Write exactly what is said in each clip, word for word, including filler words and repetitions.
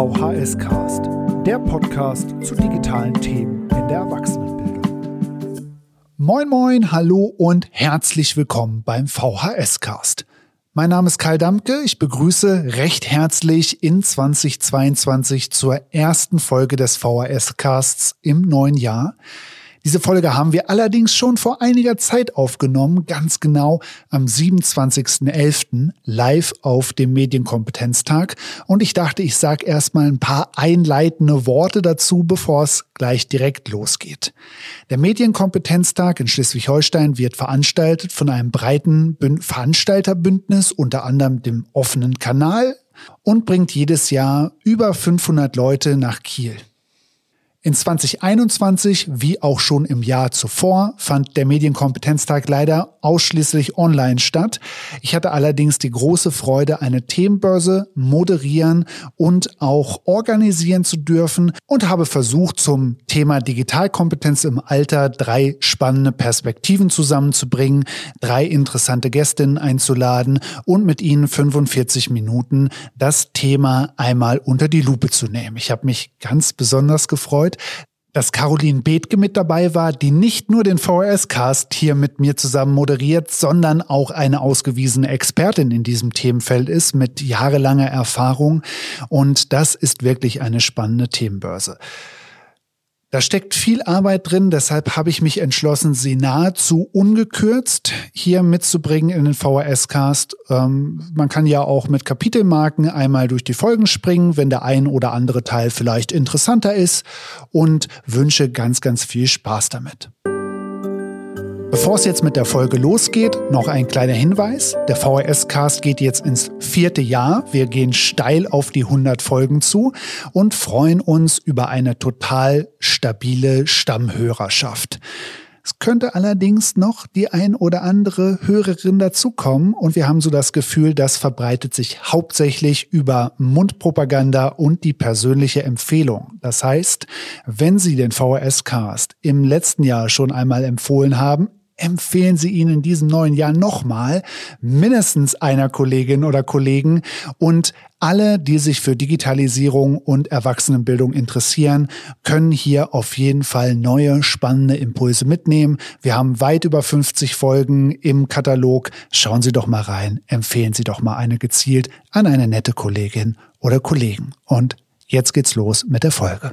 V H S-Cast, der Podcast zu digitalen Themen in der Erwachsenenbildung. Moin moin, hallo und herzlich willkommen beim V H S-Cast. Mein Name ist Karl Dampke, ich begrüße recht herzlich in zweitausendzweiundzwanzig zur ersten Folge des V H S-Casts im neuen Jahr. Diese Folge haben wir allerdings schon vor einiger Zeit aufgenommen, ganz genau am siebenundzwanzigsten elften live auf dem Medienkompetenztag. Und ich dachte, ich sage erstmal ein paar einleitende Worte dazu, bevor es gleich direkt losgeht. Der Medienkompetenztag in Schleswig-Holstein wird veranstaltet von einem breiten Bünd- Veranstalterbündnis, unter anderem dem offenen Kanal, und bringt jedes Jahr über fünfhundert Leute nach Kiel. In zweitausendeinundzwanzig, wie auch schon im Jahr zuvor, fand der Medienkompetenztag leider ausschließlich online statt. Ich hatte allerdings die große Freude, eine Themenbörse moderieren und auch organisieren zu dürfen und habe versucht, zum Thema Digitalkompetenz im Alter drei spannende Perspektiven zusammenzubringen, drei interessante Gästinnen einzuladen und mit ihnen fünfundvierzig Minuten das Thema einmal unter die Lupe zu nehmen. Ich habe mich ganz besonders gefreut, dass Caroline Bethke mit dabei war, die nicht nur den V H S-Cast hier mit mir zusammen moderiert, sondern auch eine ausgewiesene Expertin in diesem Themenfeld ist, mit jahrelanger Erfahrung. Und das ist wirklich eine spannende Themenbörse. Da steckt viel Arbeit drin, deshalb habe ich mich entschlossen, sie nahezu ungekürzt hier mitzubringen in den V H S-Cast. Ähm, man kann ja auch mit Kapitelmarken einmal durch die Folgen springen, wenn der ein oder andere Teil vielleicht interessanter ist, und wünsche ganz, ganz viel Spaß damit. Bevor es jetzt mit der Folge losgeht, noch ein kleiner Hinweis. Der V H S-Cast geht jetzt ins vierte Jahr. Wir gehen steil auf die hundert Folgen zu und freuen uns über eine total stabile Stammhörerschaft. Es könnte allerdings noch die ein oder andere Hörerin dazukommen und wir haben so das Gefühl, das verbreitet sich hauptsächlich über Mundpropaganda und die persönliche Empfehlung. Das heißt, wenn Sie den V H S-Cast im letzten Jahr schon einmal empfohlen haben, empfehlen Sie ihn in diesem neuen Jahr nochmal, mindestens einer Kollegin oder Kollegen, und alle, die sich für Digitalisierung und Erwachsenenbildung interessieren, können hier auf jeden Fall neue, spannende Impulse mitnehmen. Wir haben weit über fünfzig Folgen im Katalog. Schauen Sie doch mal rein, empfehlen Sie doch mal eine gezielt an eine nette Kollegin oder Kollegen. Und jetzt geht's los mit der Folge.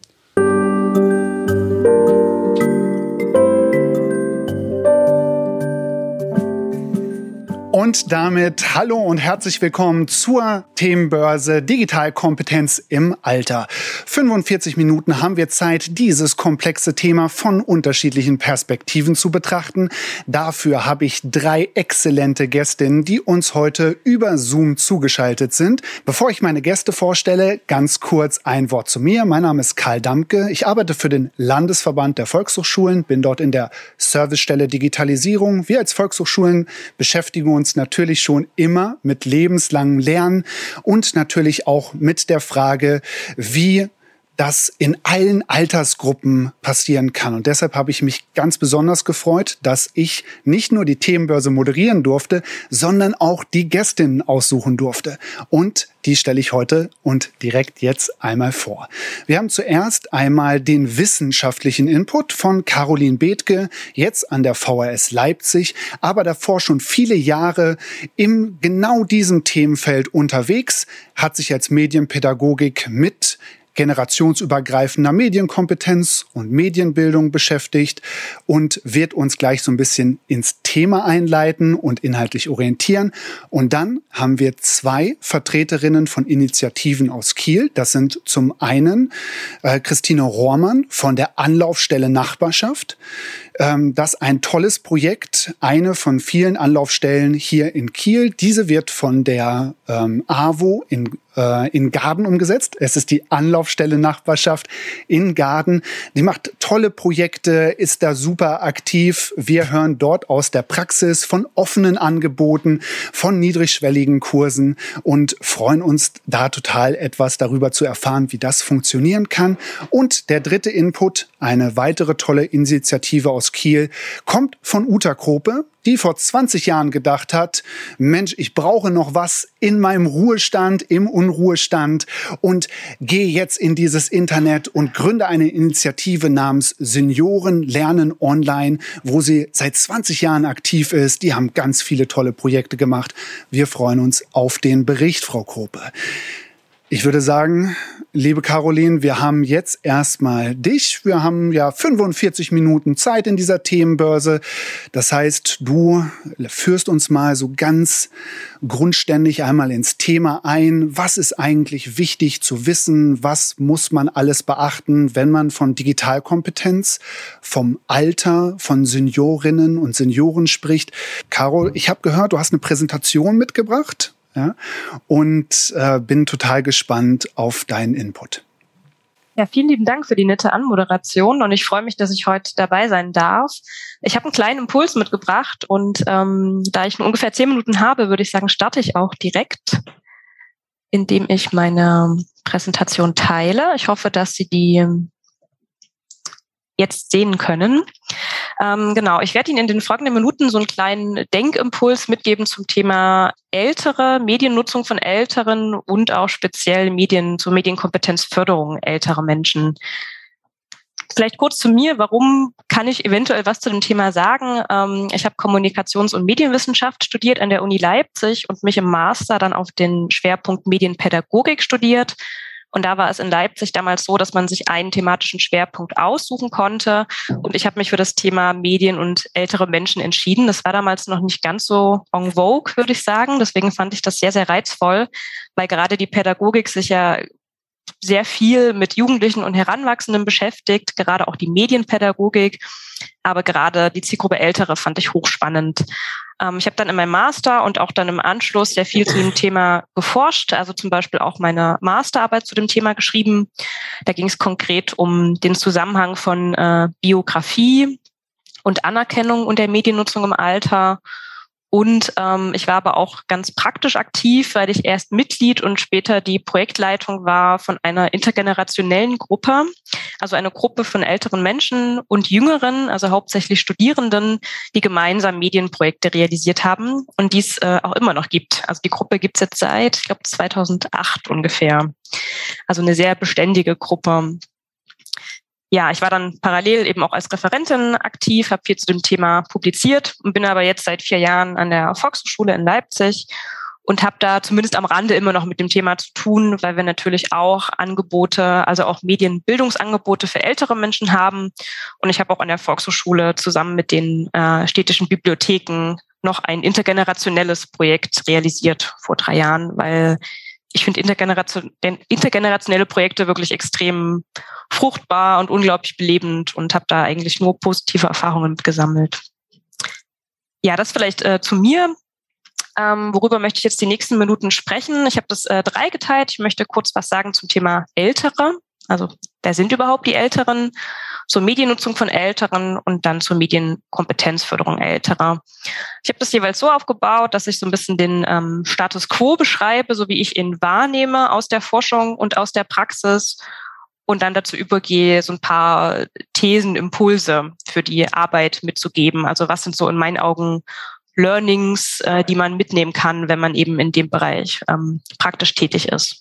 Und damit hallo und herzlich willkommen zur Themenbörse Digitalkompetenz im Alter. fünfundvierzig Minuten haben wir Zeit, dieses komplexe Thema von unterschiedlichen Perspektiven zu betrachten. Dafür habe ich drei exzellente Gästinnen, die uns heute über Zoom zugeschaltet sind. Bevor ich meine Gäste vorstelle, ganz kurz ein Wort zu mir. Mein Name ist Karl Dampke. Ich arbeite für den Landesverband der Volkshochschulen, bin dort in der Servicestelle Digitalisierung. Wir als Volkshochschulen beschäftigen uns natürlich schon immer mit lebenslangem Lernen und natürlich auch mit der Frage, wie das in allen Altersgruppen passieren kann. Und deshalb habe ich mich ganz besonders gefreut, dass ich nicht nur die Themenbörse moderieren durfte, sondern auch die Gästinnen aussuchen durfte. Und die stelle ich heute und direkt jetzt einmal vor. Wir haben zuerst einmal den wissenschaftlichen Input von Caroline Bethke, jetzt an der V H S Leipzig, aber davor schon viele Jahre in genau diesem Themenfeld unterwegs, hat sich als Medienpädagogik mit generationsübergreifender Medienkompetenz und Medienbildung beschäftigt und wird uns gleich so ein bisschen ins Thema einleiten und inhaltlich orientieren. Und dann haben wir zwei Vertreterinnen von Initiativen aus Kiel. Das sind zum einen äh, Christine Rohrmann von der Anlaufstelle Nachbarschaft. Ähm, das ist ein tolles Projekt, eine von vielen Anlaufstellen hier in Kiel. Diese wird von der ähm, A W O in in Gaden umgesetzt. Es ist die Anlaufstelle Nachbarschaft in Gaden. Die macht tolle Projekte, ist da super aktiv. Wir hören dort aus der Praxis von offenen Angeboten, von niedrigschwelligen Kursen und freuen uns da total, etwas darüber zu erfahren, wie das funktionieren kann. Und der dritte Input, eine weitere tolle Initiative aus Kiel, kommt von Uta Krope. die vor zwanzig Jahren gedacht hat, Mensch, ich brauche noch was in meinem Ruhestand, im Unruhestand und gehe jetzt in dieses Internet und gründe eine Initiative namens Senioren lernen online, wo sie seit zwanzig Jahren aktiv ist. Die haben ganz viele tolle Projekte gemacht. Wir freuen uns auf den Bericht, Frau Krope. Ich würde sagen, liebe Caroline, wir haben jetzt erstmal dich. Wir haben ja fünfundvierzig Minuten Zeit in dieser Themenbörse. Das heißt, du führst uns mal so ganz grundständig einmal ins Thema ein. Was ist eigentlich wichtig zu wissen? Was muss man alles beachten, wenn man von Digitalkompetenz, vom Alter, von Seniorinnen und Senioren spricht? Caro, ich habe gehört, du hast eine Präsentation mitgebracht. Ja, und äh, bin total gespannt auf deinen Input. Ja, vielen lieben Dank für die nette Anmoderation und ich freue mich, dass ich heute dabei sein darf. Ich habe einen kleinen Impuls mitgebracht und ähm, da ich nur ungefähr zehn Minuten habe, würde ich sagen, starte ich auch direkt, indem ich meine Präsentation teile. Ich hoffe, dass Sie die jetzt sehen können. Ähm, genau, ich werde Ihnen in den folgenden Minuten so einen kleinen Denkimpuls mitgeben zum Thema ältere Mediennutzung von Älteren und auch speziell Medien zur Medienkompetenzförderung älterer Menschen. Vielleicht kurz zu mir, warum kann ich eventuell was zu dem Thema sagen? Ähm, ich habe Kommunikations- und Medienwissenschaft studiert an der Uni Leipzig und mich im Master dann auf den Schwerpunkt Medienpädagogik studiert. Und da war es in Leipzig damals so, dass man sich einen thematischen Schwerpunkt aussuchen konnte. Und ich habe mich für das Thema Medien und ältere Menschen entschieden. Das war damals noch nicht ganz so en vogue, würde ich sagen. Deswegen fand ich das sehr, sehr reizvoll, weil gerade die Pädagogik sich ja sehr viel mit Jugendlichen und Heranwachsenden beschäftigt, gerade auch die Medienpädagogik. Aber gerade die Zielgruppe Ältere fand ich hochspannend. Ähm, ich habe dann in meinem Master und auch dann im Anschluss sehr viel zu dem Thema geforscht, also zum Beispiel auch meine Masterarbeit zu dem Thema geschrieben. Da ging es konkret um den Zusammenhang von äh, Biografie und Anerkennung und der Mediennutzung im Alter. Und ähm, ich war aber auch ganz praktisch aktiv, weil ich erst Mitglied und später die Projektleitung war von einer intergenerationellen Gruppe, also eine Gruppe von älteren Menschen und Jüngeren, also hauptsächlich Studierenden, die gemeinsam Medienprojekte realisiert haben und dies äh, auch immer noch gibt. Also die Gruppe gibt es jetzt seit, ich glaube, zweitausendacht ungefähr. Also eine sehr beständige Gruppe. Ja, ich war dann parallel eben auch als Referentin aktiv, habe viel zu dem Thema publiziert und bin aber jetzt seit vier Jahren an der Volkshochschule in Leipzig und habe da zumindest am Rande immer noch mit dem Thema zu tun, weil wir natürlich auch Angebote, also auch Medienbildungsangebote für ältere Menschen haben. Und ich habe auch an der Volkshochschule zusammen mit den äh, städtischen Bibliotheken noch ein intergenerationelles Projekt realisiert vor drei Jahren, weil ich finde Intergeneration, intergenerationelle Projekte wirklich extrem fruchtbar und unglaublich belebend und habe da eigentlich nur positive Erfahrungen gesammelt. Ja, das vielleicht äh, zu mir. Ähm, worüber möchte ich jetzt die nächsten Minuten sprechen? Ich habe das äh, dreigeteilt. Ich möchte kurz was sagen zum Thema Ältere. Also wer sind überhaupt die Älteren? Zur Mediennutzung von Älteren und dann zur Medienkompetenzförderung Älterer. Ich habe das jeweils so aufgebaut, dass ich so ein bisschen den ähm, Status quo beschreibe, so wie ich ihn wahrnehme aus der Forschung und aus der Praxis und dann dazu übergehe, so ein paar Thesen, Impulse für die Arbeit mitzugeben. Also was sind so in meinen Augen Learnings, äh, die man mitnehmen kann, wenn man eben in dem Bereich ähm, praktisch tätig ist.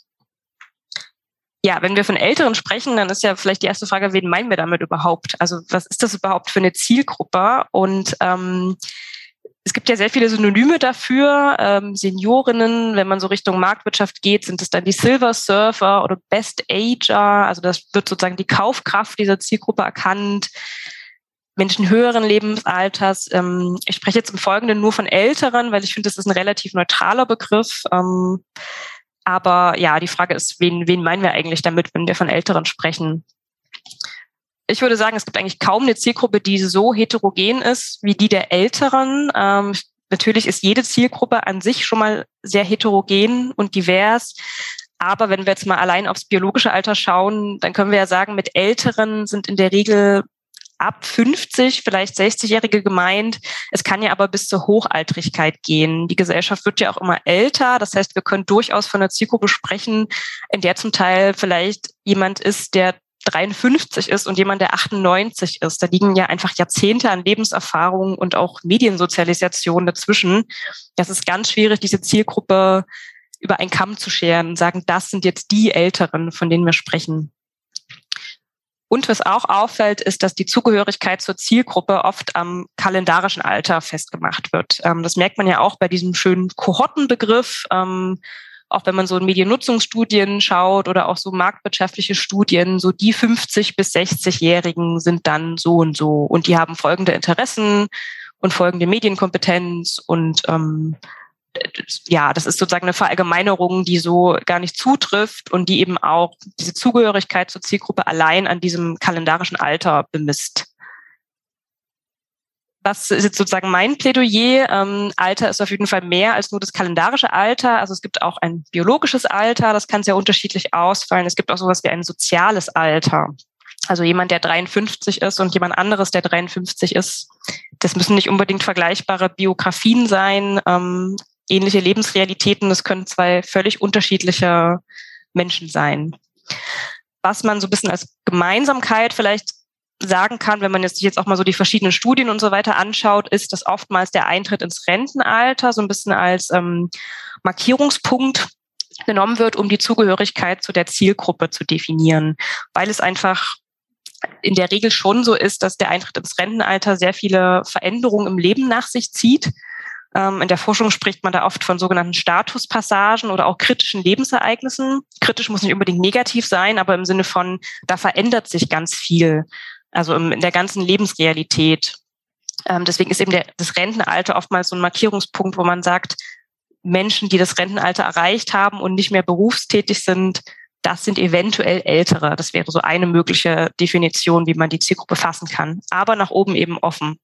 Ja, wenn wir von Älteren sprechen, dann ist ja vielleicht die erste Frage, wen meinen wir damit überhaupt? Also was ist das überhaupt für eine Zielgruppe? Und ähm, es gibt ja sehr viele Synonyme dafür. Ähm, Seniorinnen, wenn man so Richtung Marktwirtschaft geht, sind es dann die Silver Surfer oder Best Ager. Also das wird sozusagen die Kaufkraft dieser Zielgruppe erkannt. Menschen höheren Lebensalters. Ähm, ich spreche jetzt im Folgenden nur von Älteren, weil ich finde, das ist ein relativ neutraler Begriff. Ähm, Aber ja, die Frage ist, wen, wen meinen wir eigentlich damit, wenn wir von Älteren sprechen? Ich würde sagen, es gibt eigentlich kaum eine Zielgruppe, die so heterogen ist wie die der Älteren. Ähm, natürlich ist jede Zielgruppe an sich schon mal sehr heterogen und divers. Aber wenn wir jetzt mal allein aufs biologische Alter schauen, dann können wir ja sagen, mit Älteren sind in der Regel ab fünfzig, vielleicht sechzigjährige gemeint. Es kann ja aber bis zur Hochaltrigkeit gehen. Die Gesellschaft wird ja auch immer älter. Das heißt, wir können durchaus von einer Zielgruppe sprechen, in der zum Teil vielleicht jemand ist, der dreiundfünfzig ist und jemand, der achtundneunzig ist. Da liegen ja einfach Jahrzehnte an Lebenserfahrung und auch Mediensozialisation dazwischen. Das ist ganz schwierig, diese Zielgruppe über einen Kamm zu scheren und sagen, das sind jetzt die Älteren, von denen wir sprechen. Und was auch auffällt, ist, dass die Zugehörigkeit zur Zielgruppe oft am kalendarischen Alter festgemacht wird. Das merkt man ja auch bei diesem schönen Kohortenbegriff. Auch wenn man so in Mediennutzungsstudien schaut oder auch so marktwirtschaftliche Studien, so die fünfzig- bis sechzig-Jährigen sind dann so und so. Und die haben folgende Interessen und folgende Medienkompetenz und ähm, ja, das ist sozusagen eine Verallgemeinerung, die so gar nicht zutrifft und die eben auch diese Zugehörigkeit zur Zielgruppe allein an diesem kalendarischen Alter bemisst. Was ist jetzt sozusagen mein Plädoyer? Ähm, Alter ist auf jeden Fall mehr als nur das kalendarische Alter. Also es gibt auch ein biologisches Alter, das kann sehr unterschiedlich ausfallen. Es gibt auch sowas wie ein soziales Alter. Also jemand, der dreiundfünfzig ist und jemand anderes, der dreiundfünfzig ist. Das müssen nicht unbedingt vergleichbare Biografien sein. Ähm, ähnliche Lebensrealitäten, das können zwei völlig unterschiedliche Menschen sein. Was man so ein bisschen als Gemeinsamkeit vielleicht sagen kann, wenn man jetzt sich jetzt auch mal so die verschiedenen Studien und so weiter anschaut, ist, dass oftmals der Eintritt ins Rentenalter so ein bisschen als ähm, Markierungspunkt genommen wird, um die Zugehörigkeit zu der Zielgruppe zu definieren, weil es einfach in der Regel schon so ist, dass der Eintritt ins Rentenalter sehr viele Veränderungen im Leben nach sich zieht. In der Forschung spricht man da oft von sogenannten Statuspassagen oder auch kritischen Lebensereignissen. Kritisch muss nicht unbedingt negativ sein, aber im Sinne von, da verändert sich ganz viel, also in der ganzen Lebensrealität. Deswegen ist eben der, das Rentenalter oftmals so ein Markierungspunkt, wo man sagt, Menschen, die das Rentenalter erreicht haben und nicht mehr berufstätig sind, das sind eventuell Ältere. Das wäre so eine mögliche Definition, wie man die Zielgruppe fassen kann, aber nach oben eben offen.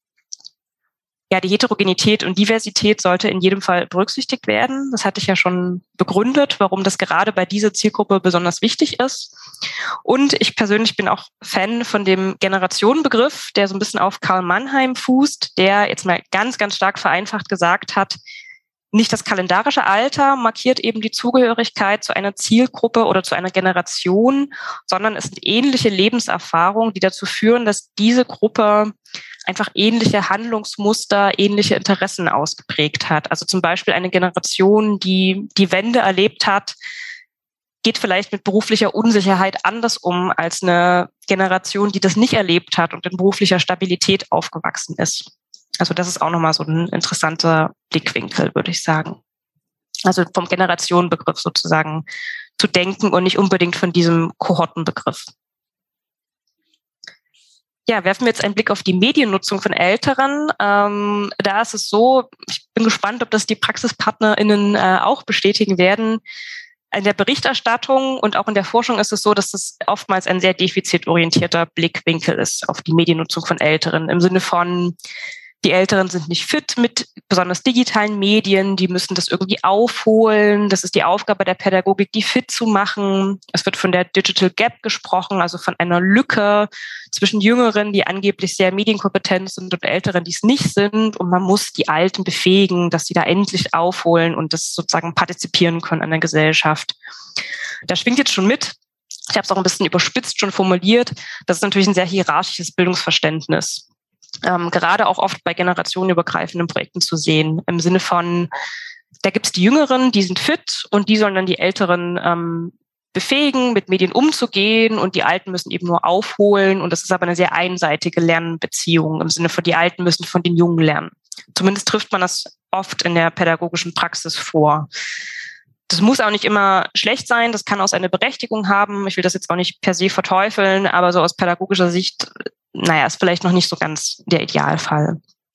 Ja, die Heterogenität und Diversität sollte in jedem Fall berücksichtigt werden. Das hatte ich ja schon begründet, warum das gerade bei dieser Zielgruppe besonders wichtig ist. Und ich persönlich bin auch Fan von dem Generationenbegriff, der so ein bisschen auf Karl Mannheim fußt, der jetzt mal ganz, ganz stark vereinfacht gesagt hat, nicht das kalendarische Alter markiert eben die Zugehörigkeit zu einer Zielgruppe oder zu einer Generation, sondern es sind ähnliche Lebenserfahrungen, die dazu führen, dass diese Gruppe einfach ähnliche Handlungsmuster, ähnliche Interessen ausgeprägt hat. Also zum Beispiel eine Generation, die die Wende erlebt hat, geht vielleicht mit beruflicher Unsicherheit anders um als eine Generation, die das nicht erlebt hat und in beruflicher Stabilität aufgewachsen ist. Also das ist auch nochmal so ein interessanter Blickwinkel, würde ich sagen. Also vom Generationenbegriff sozusagen zu denken und nicht unbedingt von diesem Kohortenbegriff. Ja, werfen wir jetzt einen Blick auf die Mediennutzung von Älteren. Ähm, da ist es so, ich bin gespannt, ob das die PraxispartnerInnen äh, auch bestätigen werden. In der Berichterstattung und auch in der Forschung ist es so, dass das oftmals ein sehr defizitorientierter Blickwinkel ist auf die Mediennutzung von Älteren. Im Sinne von, die Älteren sind nicht fit mit besonders digitalen Medien, die müssen das irgendwie aufholen. Das ist die Aufgabe der Pädagogik, die fit zu machen. Es wird von der Digital Gap gesprochen, also von einer Lücke zwischen Jüngeren, die angeblich sehr medienkompetent sind, und Älteren, die es nicht sind. Und man muss die Alten befähigen, dass sie da endlich aufholen und das sozusagen partizipieren können an der Gesellschaft. Da schwingt jetzt schon mit, ich habe es auch ein bisschen überspitzt schon formuliert, das ist natürlich ein sehr hierarchisches Bildungsverständnis. Ähm, gerade auch oft bei generationenübergreifenden Projekten zu sehen, im Sinne von, da gibt es die Jüngeren, die sind fit und die sollen dann die Älteren ähm, befähigen, mit Medien umzugehen, und die Alten müssen eben nur aufholen, und das ist aber eine sehr einseitige Lernbeziehung, im Sinne von, die Alten müssen von den Jungen lernen. Zumindest trifft man das oft in der pädagogischen Praxis vor. Das muss auch nicht immer schlecht sein, das kann auch seine Berechtigung haben. Ich will das jetzt auch nicht per se verteufeln, aber so aus pädagogischer Sicht, naja, ist vielleicht noch nicht so ganz der Idealfall.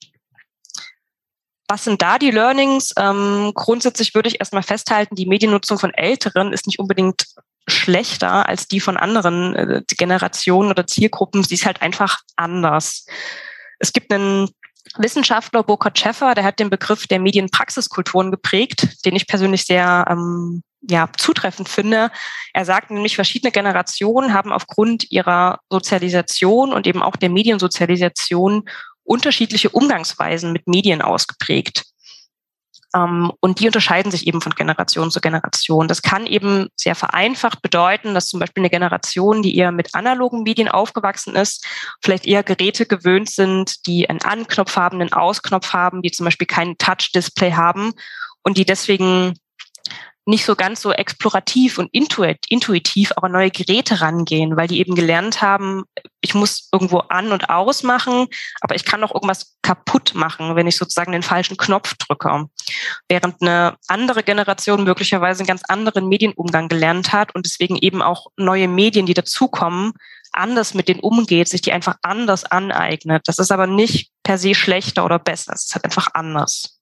Was sind da die Learnings? Ähm, grundsätzlich würde ich erstmal festhalten, die Mediennutzung von Älteren ist nicht unbedingt schlechter als die von anderen äh, Generationen oder Zielgruppen. Sie ist halt einfach anders. Es gibt einen Wissenschaftler, Burkhard Schäffer, der hat den Begriff der Medienpraxiskulturen geprägt, den ich persönlich sehr ähm, ja, zutreffend finde. Er sagt nämlich, verschiedene Generationen haben aufgrund ihrer Sozialisation und eben auch der Mediensozialisation unterschiedliche Umgangsweisen mit Medien ausgeprägt. Und die unterscheiden sich eben von Generation zu Generation. Das kann eben sehr vereinfacht bedeuten, dass zum Beispiel eine Generation, die eher mit analogen Medien aufgewachsen ist, vielleicht eher Geräte gewöhnt sind, die einen Anknopf haben, einen Ausknopf haben, die zum Beispiel kein Touch-Display haben und die deswegen nicht so ganz so explorativ und intuitiv auch an neue Geräte rangehen, weil die eben gelernt haben, ich muss irgendwo an- und ausmachen, aber ich kann auch irgendwas kaputt machen, wenn ich sozusagen den falschen Knopf drücke. Während eine andere Generation möglicherweise einen ganz anderen Medienumgang gelernt hat und deswegen eben auch neue Medien, die dazukommen, anders mit denen umgeht, sich die einfach anders aneignet. Das ist aber nicht per se schlechter oder besser, es ist halt einfach anders.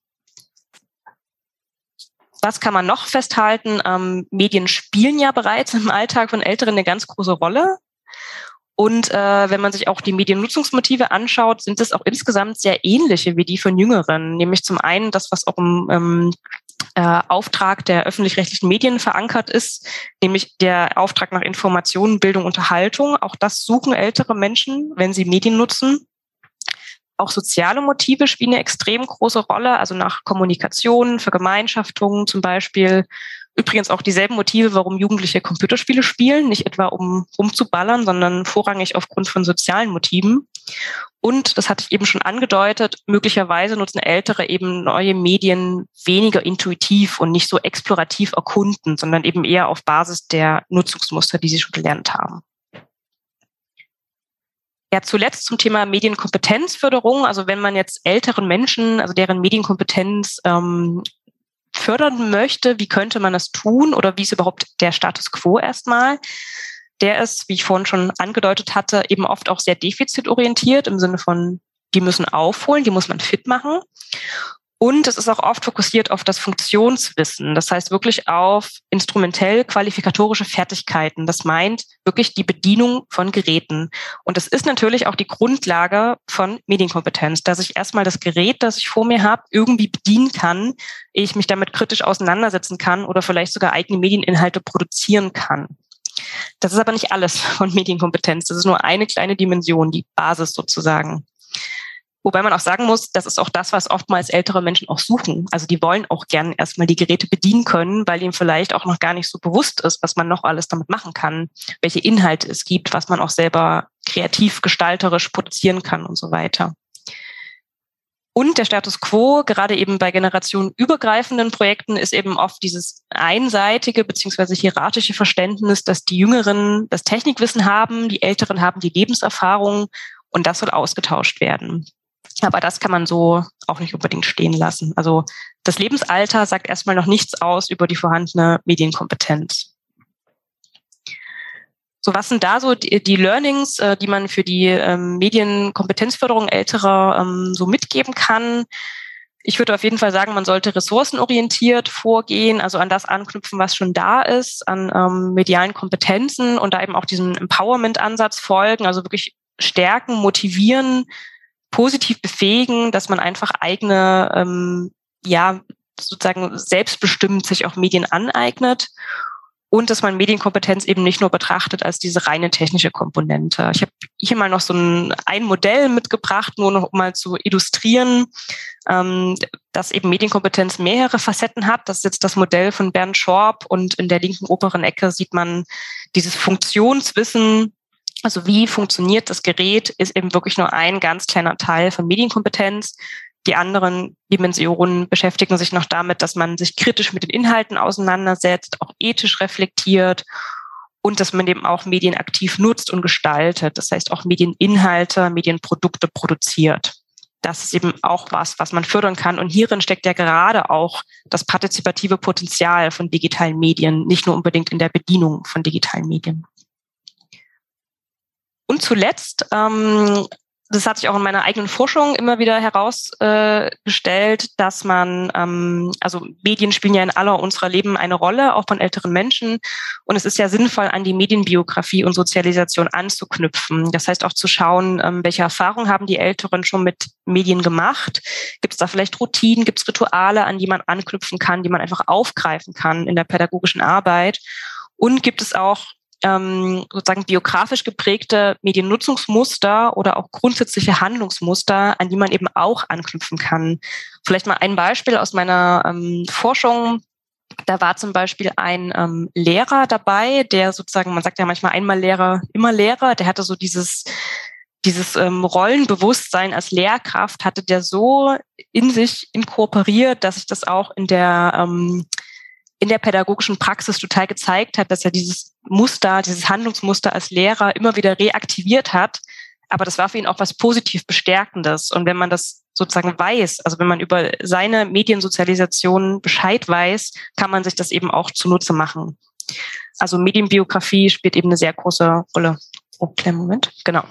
Was kann man noch festhalten? Ähm, Medien spielen ja bereits im Alltag von Älteren eine ganz große Rolle. Und äh, wenn man sich auch die Mediennutzungsmotive anschaut, sind es auch insgesamt sehr ähnliche wie die von Jüngeren. Nämlich zum einen das, was auch im ähm, äh, Auftrag der öffentlich-rechtlichen Medien verankert ist, nämlich der Auftrag nach Information, Bildung, Unterhaltung. Auch das suchen ältere Menschen, wenn sie Medien nutzen. Auch soziale Motive spielen eine extrem große Rolle, also nach Kommunikation, Vergemeinschaftung zum Beispiel. Übrigens auch dieselben Motive, warum Jugendliche Computerspiele spielen, nicht etwa um rumzuballern, sondern vorrangig aufgrund von sozialen Motiven. Und, das hatte ich eben schon angedeutet, möglicherweise nutzen Ältere eben neue Medien weniger intuitiv und nicht so explorativ erkunden, sondern eben eher auf Basis der Nutzungsmuster, die sie schon gelernt haben. Ja, zuletzt zum Thema Medienkompetenzförderung. Also wenn man jetzt älteren Menschen, also deren Medienkompetenz ähm, fördern möchte, wie könnte man das tun oder wie ist überhaupt der Status quo erstmal? Der ist, wie ich vorhin schon angedeutet hatte, eben oft auch sehr defizitorientiert im Sinne von, die müssen aufholen, die muss man fit machen. Und es ist auch oft fokussiert auf das Funktionswissen. Das heißt wirklich auf instrumentell qualifikatorische Fertigkeiten. Das meint wirklich die Bedienung von Geräten. Und das ist natürlich auch die Grundlage von Medienkompetenz, dass ich erstmal das Gerät, das ich vor mir habe, irgendwie bedienen kann, ich mich damit kritisch auseinandersetzen kann oder vielleicht sogar eigene Medieninhalte produzieren kann. Das ist aber nicht alles von Medienkompetenz. Das ist nur eine kleine Dimension, die Basis sozusagen. Wobei man auch sagen muss, das ist auch das, was oftmals ältere Menschen auch suchen. Also die wollen auch gern erstmal die Geräte bedienen können, weil ihnen vielleicht auch noch gar nicht so bewusst ist, was man noch alles damit machen kann, welche Inhalte es gibt, was man auch selber kreativ, gestalterisch produzieren kann und so weiter. Und der Status quo, gerade eben bei generationenübergreifenden Projekten, ist eben oft dieses einseitige bzw. hierarchische Verständnis, dass die Jüngeren das Technikwissen haben, die Älteren haben die Lebenserfahrung und das soll ausgetauscht werden. Aber das kann man so auch nicht unbedingt stehen lassen. Also das Lebensalter sagt erstmal noch nichts aus über die vorhandene Medienkompetenz. So, was sind da so die, die Learnings, äh, die man für die ähm, Medienkompetenzförderung älterer ähm, so mitgeben kann? Ich würde auf jeden Fall sagen, man sollte ressourcenorientiert vorgehen, also an das anknüpfen, was schon da ist, an ähm, medialen Kompetenzen und da eben auch diesem Empowerment-Ansatz folgen, also wirklich stärken, motivieren, positiv befähigen, dass man einfach eigene, ähm, ja, sozusagen selbstbestimmt sich auch Medien aneignet und dass man Medienkompetenz eben nicht nur betrachtet als diese reine technische Komponente. Ich habe hier mal noch so ein, ein Modell mitgebracht, nur noch um mal zu illustrieren, ähm, dass eben Medienkompetenz mehrere Facetten hat. Das ist jetzt das Modell von Bernd Schorb und in der linken oberen Ecke sieht man dieses Funktionswissen. Also wie funktioniert das Gerät, ist eben wirklich nur ein ganz kleiner Teil von Medienkompetenz. Die anderen Dimensionen beschäftigen sich noch damit, dass man sich kritisch mit den Inhalten auseinandersetzt, auch ethisch reflektiert und dass man eben auch Medien aktiv nutzt und gestaltet. Das heißt auch Medieninhalte, Medienprodukte produziert. Das ist eben auch was, was man fördern kann. Und hierin steckt ja gerade auch das partizipative Potenzial von digitalen Medien, nicht nur unbedingt in der Bedienung von digitalen Medien. Und zuletzt, ähm, das hat sich auch in meiner eigenen Forschung immer wieder herausgestellt, äh, dass man, ähm, also Medien spielen ja in aller unserer Leben eine Rolle, auch von älteren Menschen. Und es ist ja sinnvoll, an die Medienbiografie und Sozialisation anzuknüpfen. Das heißt auch zu schauen, ähm, welche Erfahrungen haben die Älteren schon mit Medien gemacht? Gibt es da vielleicht Routinen, gibt es Rituale, an die man anknüpfen kann, die man einfach aufgreifen kann in der pädagogischen Arbeit? Und gibt es auch ähm, sozusagen biografisch geprägte Mediennutzungsmuster oder auch grundsätzliche Handlungsmuster, an die man eben auch anknüpfen kann. Vielleicht mal ein Beispiel aus meiner ähm, Forschung. Da war zum Beispiel ein ähm, Lehrer dabei, der sozusagen, man sagt ja manchmal einmal Lehrer, immer Lehrer, der hatte so dieses Dieses ähm, Rollenbewusstsein als Lehrkraft hatte der so in sich inkorporiert, dass sich das auch in der ähm, in der pädagogischen Praxis total gezeigt hat, dass er dieses Muster, dieses Handlungsmuster als Lehrer immer wieder reaktiviert hat. Aber das war für ihn auch was positiv Bestärkendes. Und wenn man das sozusagen weiß, also wenn man über seine Mediensozialisation Bescheid weiß, kann man sich das eben auch zunutze machen. Also Medienbiografie spielt eben eine sehr große Rolle. Oh, kleinen Moment. Genau.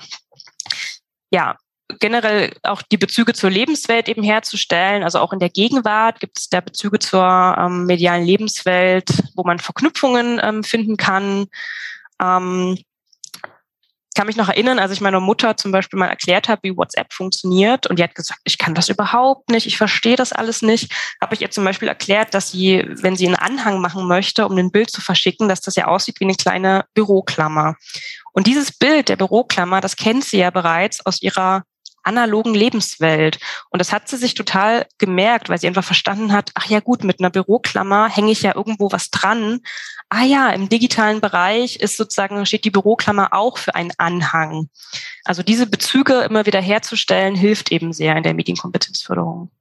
Ja, generell auch die Bezüge zur Lebenswelt eben herzustellen. Also auch in der Gegenwart gibt es da Bezüge zur ähm, medialen Lebenswelt, wo man Verknüpfungen ähm, finden kann. Ähm, ich kann mich noch erinnern, als ich meiner Mutter zum Beispiel mal erklärt habe, wie WhatsApp funktioniert, und die hat gesagt, ich kann das überhaupt nicht, ich verstehe das alles nicht, habe ich ihr zum Beispiel erklärt, dass sie, wenn sie einen Anhang machen möchte, um ein Bild zu verschicken, dass das ja aussieht wie eine kleine Büroklammer. Und dieses Bild der Büroklammer, das kennt sie ja bereits aus ihrer analogen Lebenswelt. Und das hat sie sich total gemerkt, weil sie einfach verstanden hat, ach ja gut, mit einer Büroklammer hänge ich ja irgendwo was dran. Ah ja, im digitalen Bereich ist sozusagen, steht die Büroklammer auch für einen Anhang. Also diese Bezüge immer wieder herzustellen, hilft eben sehr in der Medienkompetenzförderung.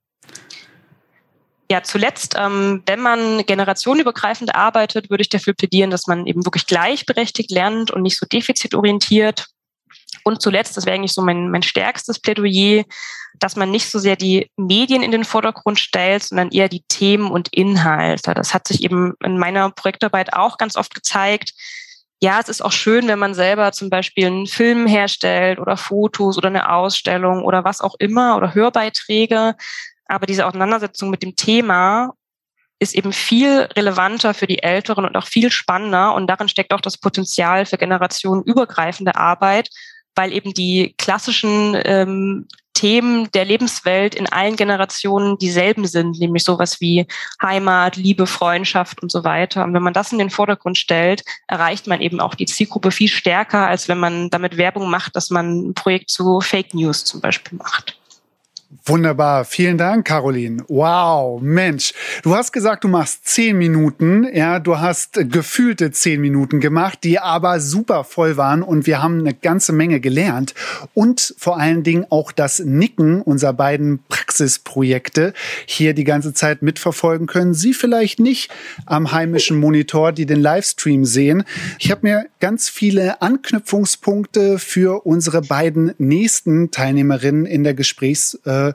Ja, zuletzt, ähm, wenn man generationenübergreifend arbeitet, würde ich dafür plädieren, dass man eben wirklich gleichberechtigt lernt und nicht so defizitorientiert. Und zuletzt, das wäre eigentlich so mein, mein stärkstes Plädoyer, dass man nicht so sehr die Medien in den Vordergrund stellt, sondern eher die Themen und Inhalte. Das hat sich eben in meiner Projektarbeit auch ganz oft gezeigt. Ja, es ist auch schön, wenn man selber zum Beispiel einen Film herstellt oder Fotos oder eine Ausstellung oder was auch immer oder Hörbeiträge. Aber diese Auseinandersetzung mit dem Thema ist eben viel relevanter für die Älteren und auch viel spannender. Und darin steckt auch das Potenzial für generationenübergreifende Arbeit, weil eben die klassischen ähm, Themen der Lebenswelt in allen Generationen dieselben sind, nämlich sowas wie Heimat, Liebe, Freundschaft und so weiter. Und wenn man das in den Vordergrund stellt, erreicht man eben auch die Zielgruppe viel stärker, als wenn man damit Werbung macht, dass man ein Projekt zu Fake News zum Beispiel macht. Wunderbar. Vielen Dank, Caroline. Wow, Mensch. Du hast gesagt, du machst zehn Minuten. Ja, du hast gefühlte zehn Minuten gemacht, die aber super voll waren, und wir haben eine ganze Menge gelernt und vor allen Dingen auch das Nicken unserer beiden Praxisprojekte hier die ganze Zeit mitverfolgen können. Sie vielleicht nicht am heimischen Monitor, die den Livestream sehen. Ich habe mir ganz viele Anknüpfungspunkte für unsere beiden nächsten Teilnehmerinnen in der Gesprächs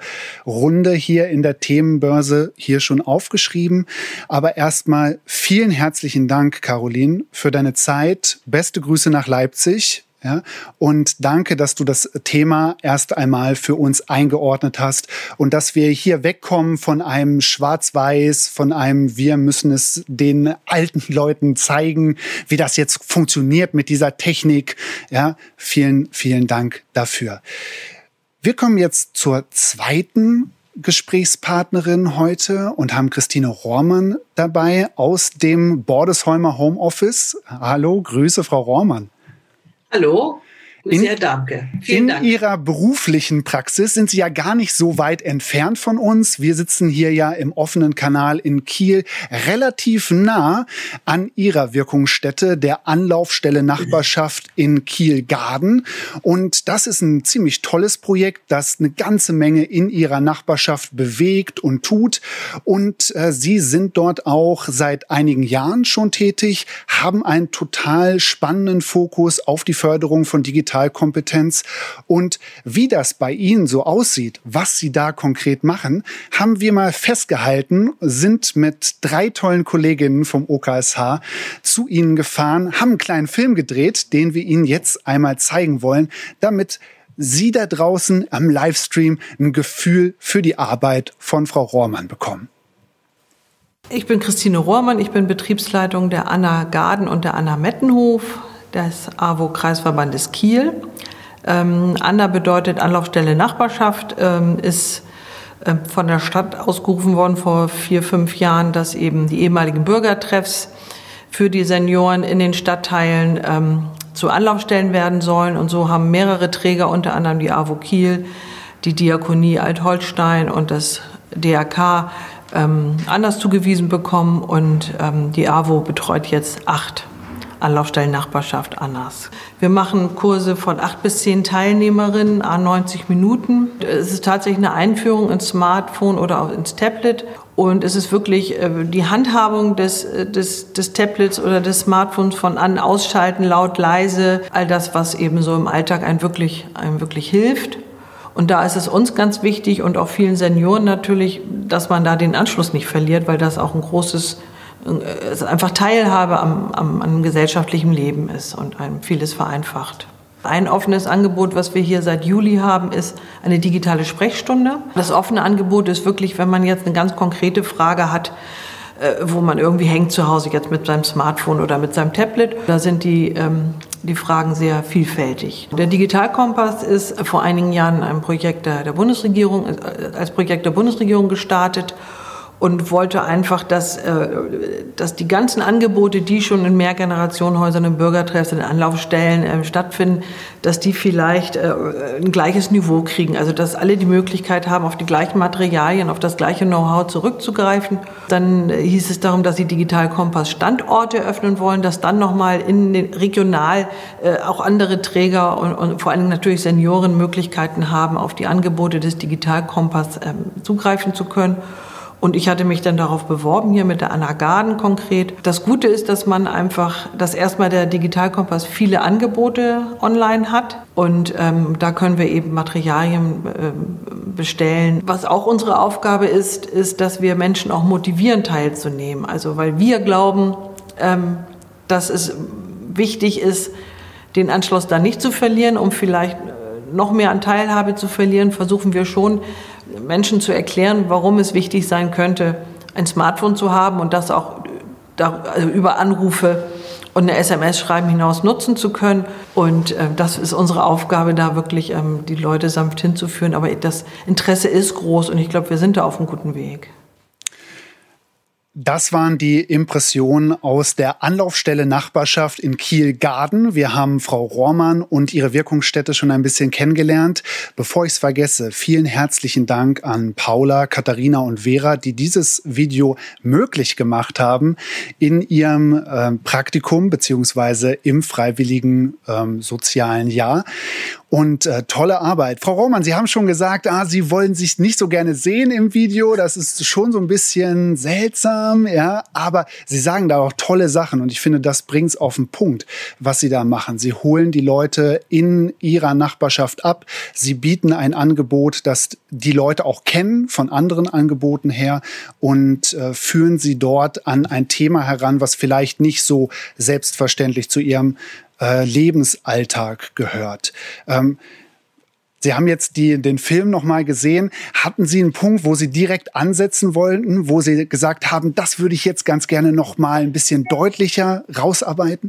Runde hier in der Themenbörse hier schon aufgeschrieben. Aber erstmal vielen herzlichen Dank, Caroline, für deine Zeit. Beste Grüße nach Leipzig. Ja, und danke, dass du das Thema erst einmal für uns eingeordnet hast und dass wir hier wegkommen von einem Schwarz-Weiß, von einem wir müssen es den alten Leuten zeigen, wie das jetzt funktioniert mit dieser Technik. Ja, vielen, vielen Dank dafür. Wir kommen jetzt zur zweiten Gesprächspartnerin heute und haben Christine Rohrmann dabei aus dem Bordesheimer Homeoffice. Hallo, Grüße, Frau Rohrmann. Hallo. Sehr danke. Vielen in Dank. Ihrer beruflichen Praxis sind Sie ja gar nicht so weit entfernt von uns. Wir sitzen hier ja im offenen Kanal in Kiel relativ nah an Ihrer Wirkungsstätte, der Anlaufstelle Nachbarschaft in Kiel-Garden. Und das ist ein ziemlich tolles Projekt, das eine ganze Menge in Ihrer Nachbarschaft bewegt und tut. Und äh, Sie sind dort auch seit einigen Jahren schon tätig, haben einen total spannenden Fokus auf die Förderung von digitalen Kompetenz. Und wie das bei Ihnen so aussieht, was Sie da konkret machen, haben wir mal festgehalten, sind mit drei tollen Kolleginnen vom O K S H zu Ihnen gefahren, haben einen kleinen Film gedreht, den wir Ihnen jetzt einmal zeigen wollen, damit Sie da draußen am Livestream ein Gefühl für die Arbeit von Frau Rohrmann bekommen. Ich bin Christine Rohrmann, ich bin Betriebsleitung der Anna Garden und der Anna Mettenhof des A W O-Kreisverbandes Kiel. Ähm, Anna bedeutet Anlaufstelle Nachbarschaft, ähm, ist äh, von der Stadt ausgerufen worden vor vier, fünf Jahren, dass eben die ehemaligen Bürgertreffs für die Senioren in den Stadtteilen ähm, zu Anlaufstellen werden sollen. Und so haben mehrere Träger, unter anderem die AWO Kiel, die Diakonie Alt-Holstein und das D R K, ähm, anders zugewiesen bekommen. Und ähm, die AWO betreut jetzt acht Anlaufstellen Nachbarschaft anders. Wir machen Kurse von acht bis zehn Teilnehmerinnen, à neunzig Minuten. Es ist tatsächlich eine Einführung ins Smartphone oder auch ins Tablet. Und es ist wirklich äh, die Handhabung des, des, des Tablets oder des Smartphones von an, ausschalten, laut, leise, all das, was eben so im Alltag einem wirklich, einem wirklich hilft. Und da ist es uns ganz wichtig und auch vielen Senioren natürlich, dass man da den Anschluss nicht verliert, weil das auch ein großes, es einfach Teilhabe am, am, am gesellschaftlichen Leben ist und einem vieles vereinfacht. Ein offenes Angebot, was wir hier seit Juli haben, ist eine digitale Sprechstunde. Das offene Angebot ist wirklich, wenn man jetzt eine ganz konkrete Frage hat, wo man irgendwie hängt zu Hause jetzt mit seinem Smartphone oder mit seinem Tablet. Da sind die, ähm, die Fragen sehr vielfältig. Der Digitalkompass ist vor einigen Jahren ein Projekt der, der Bundesregierung, als Projekt der Bundesregierung gestartet und wollte einfach, dass, äh, dass die ganzen Angebote, die schon in Mehrgenerationenhäusern, in Bürgertreffs, in Anlaufstellen äh, stattfinden, dass die vielleicht äh, ein gleiches Niveau kriegen. Also dass alle die Möglichkeit haben, auf die gleichen Materialien, auf das gleiche Know-how zurückzugreifen. Dann äh, hieß es darum, dass sie Digitalkompass Standorte öffnen wollen, dass dann nochmal in den regional äh, auch andere Träger und, und vor allem natürlich Senioren Möglichkeiten haben, auf die Angebote des Digitalkompass äh, zugreifen zu können. Und ich hatte mich dann darauf beworben, hier mit der Anna Garden konkret. Das Gute ist, dass man einfach, dass erstmal der Digitalkompass viele Angebote online hat. Und ähm, da können wir eben Materialien ähm, bestellen. Was auch unsere Aufgabe ist, ist, dass wir Menschen auch motivieren, teilzunehmen. Also weil wir glauben, ähm, dass es wichtig ist, den Anschluss da nicht zu verlieren, um vielleicht noch mehr an Teilhabe zu verlieren, versuchen wir schon, Menschen zu erklären, warum es wichtig sein könnte, ein Smartphone zu haben und das auch da, also über Anrufe und eine S M S schreiben hinaus nutzen zu können. Und äh, das ist unsere Aufgabe, da wirklich ähm, die Leute sanft hinzuführen. Aber das Interesse ist groß und ich glaube, wir sind da auf einem guten Weg. Das waren die Impressionen aus der Anlaufstelle Nachbarschaft in Kiel-Garden. Wir haben Frau Rohrmann und ihre Wirkungsstätte schon ein bisschen kennengelernt. Bevor ich es vergesse, vielen herzlichen Dank an Paula, Katharina und Vera, die dieses Video möglich gemacht haben in ihrem äh, Praktikum beziehungsweise im freiwilligen ähm, sozialen Jahr. Und äh, tolle Arbeit. Frau Rohrmann, Sie haben schon gesagt, ah, Sie wollen sich nicht so gerne sehen im Video. Das ist schon so ein bisschen seltsam, ja. Aber Sie sagen da auch tolle Sachen. Und ich finde, das bringt es auf den Punkt, was Sie da machen. Sie holen die Leute in ihrer Nachbarschaft ab. Sie bieten ein Angebot, das die Leute auch kennen von anderen Angeboten her und äh, führen sie dort an ein Thema heran, was vielleicht nicht so selbstverständlich zu ihrem Lebensalltag gehört. Ähm, Sie haben jetzt die, den Film noch mal gesehen. Hatten Sie einen Punkt, wo Sie direkt ansetzen wollten, wo Sie gesagt haben, das würde ich jetzt ganz gerne noch mal ein bisschen deutlicher rausarbeiten?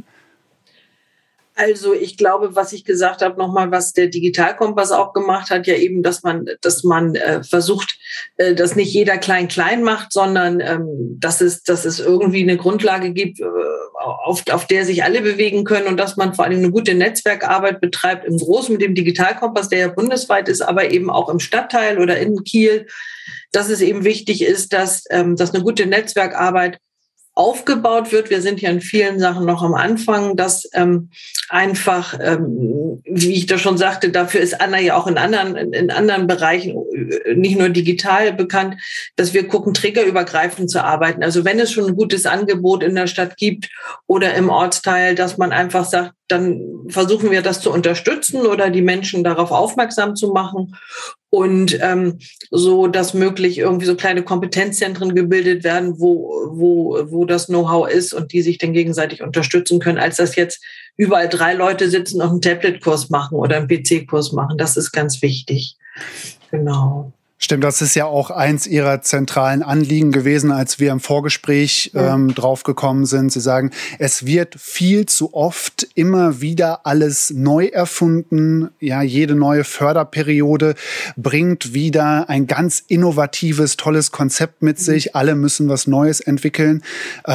Also ich glaube, was ich gesagt habe, nochmal, was der Digitalkompass auch gemacht hat, ja eben, dass man, dass man äh, versucht, äh, dass nicht jeder klein-klein macht, sondern ähm, dass es, dass es irgendwie eine Grundlage gibt, äh, auf, auf der sich alle bewegen können und dass man vor allem eine gute Netzwerkarbeit betreibt, im Großen mit dem Digitalkompass, der ja bundesweit ist, aber eben auch im Stadtteil oder in Kiel, dass es eben wichtig ist, dass, ähm, dass eine gute Netzwerkarbeit aufgebaut wird. Wir sind ja in vielen Sachen noch am Anfang, dass ähm, einfach, ähm, wie ich da schon sagte, dafür ist Anna ja auch in anderen, in anderen Bereichen, nicht nur digital bekannt, dass wir gucken, trägerübergreifend zu arbeiten. Also wenn es schon ein gutes Angebot in der Stadt gibt oder im Ortsteil, dass man einfach sagt, dann versuchen wir das zu unterstützen oder die Menschen darauf aufmerksam zu machen. Und ähm, so, dass möglich irgendwie so kleine Kompetenzzentren gebildet werden, wo, wo, wo das Know-how ist und die sich dann gegenseitig unterstützen können, als dass jetzt überall drei Leute sitzen und einen Tablet-Kurs machen oder einen P C-Kurs machen. Das ist ganz wichtig. Genau. Stimmt, das ist ja auch eins Ihrer zentralen Anliegen gewesen, als wir im Vorgespräch ähm, draufgekommen sind. Sie sagen, es wird viel zu oft immer wieder alles neu erfunden. Ja, jede neue Förderperiode bringt wieder ein ganz innovatives, tolles Konzept mit sich. Alle müssen was Neues entwickeln. Ähm,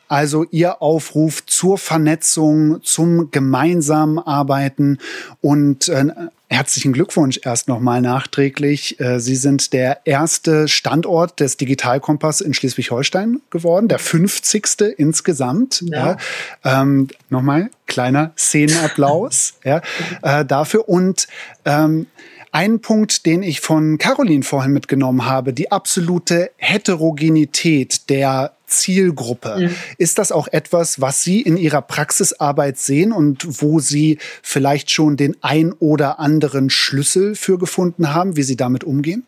Also Ihr Aufruf zur Vernetzung, zum gemeinsamen Arbeiten und äh, herzlichen Glückwunsch erst nochmal nachträglich. Äh, Sie sind der erste Standort des Digitalkompass in Schleswig-Holstein geworden, der fünfzigste insgesamt. Ja. Ja. Ähm, nochmal kleiner Szenenapplaus ja, äh, dafür. Und ähm, ein Punkt, den ich von Caroline vorhin mitgenommen habe, die absolute Heterogenität der Zielgruppe. Ja. Ist das auch etwas, was Sie in Ihrer Praxisarbeit sehen und wo Sie vielleicht schon den ein oder anderen Schlüssel für gefunden haben, wie Sie damit umgehen?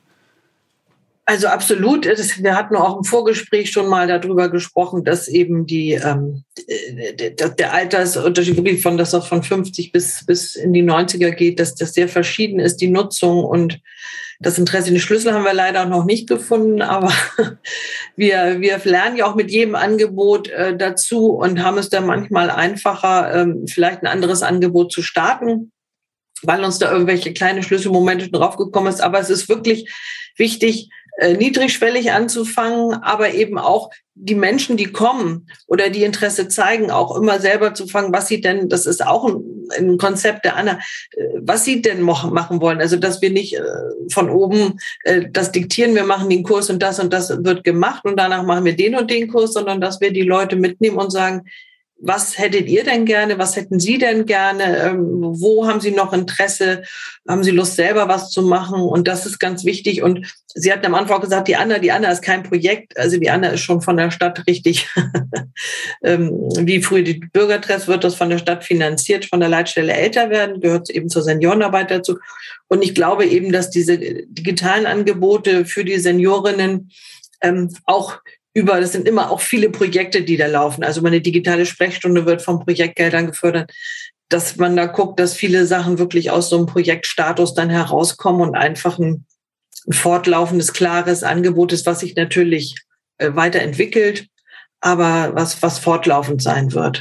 Also absolut. Wir hatten auch im Vorgespräch schon mal darüber gesprochen, dass eben die ähm, der Altersunterschied wirklich von das auch von fünfzig bis bis in die neunziger geht, dass das sehr verschieden ist, die Nutzung und das Interesse. Den Schlüssel haben wir leider noch nicht gefunden, aber wir wir lernen ja auch mit jedem Angebot äh, dazu und haben es dann manchmal einfacher, ähm, vielleicht ein anderes Angebot zu starten, weil uns da irgendwelche kleine Schlüsselmomente draufgekommen ist. Aber es ist wirklich wichtig, äh, niedrigschwellig anzufangen, aber eben auch die Menschen, die kommen oder die Interesse zeigen, auch immer selber zu fangen, was sie denn, das ist auch ein, ein Konzept der Anna, äh, was sie denn machen wollen. Also, dass wir nicht äh, von oben äh, das diktieren, wir machen den Kurs und das und das wird gemacht und danach machen wir den und den Kurs, sondern dass wir die Leute mitnehmen und sagen, was hättet ihr denn gerne? Was hätten Sie denn gerne? Ähm, wo haben Sie noch Interesse? Haben Sie Lust, selber was zu machen? Und das ist ganz wichtig. Und Sie hatten am Anfang gesagt, die Anna, die Anna ist kein Projekt. Also die Anna ist schon von der Stadt richtig, ähm, wie früher die Bürgertreffs wird das von der Stadt finanziert, von der Leitstelle älter werden, gehört eben zur Seniorenarbeit dazu. Und ich glaube eben, dass diese digitalen Angebote für die Seniorinnen ähm, auch über, das sind immer auch viele Projekte, die da laufen. Also meine digitale Sprechstunde wird von Projektgeldern gefördert, dass man da guckt, dass viele Sachen wirklich aus so einem Projektstatus dann herauskommen und einfach ein, ein fortlaufendes, klares Angebot ist, was sich natürlich äh, weiterentwickelt, aber was, was fortlaufend sein wird.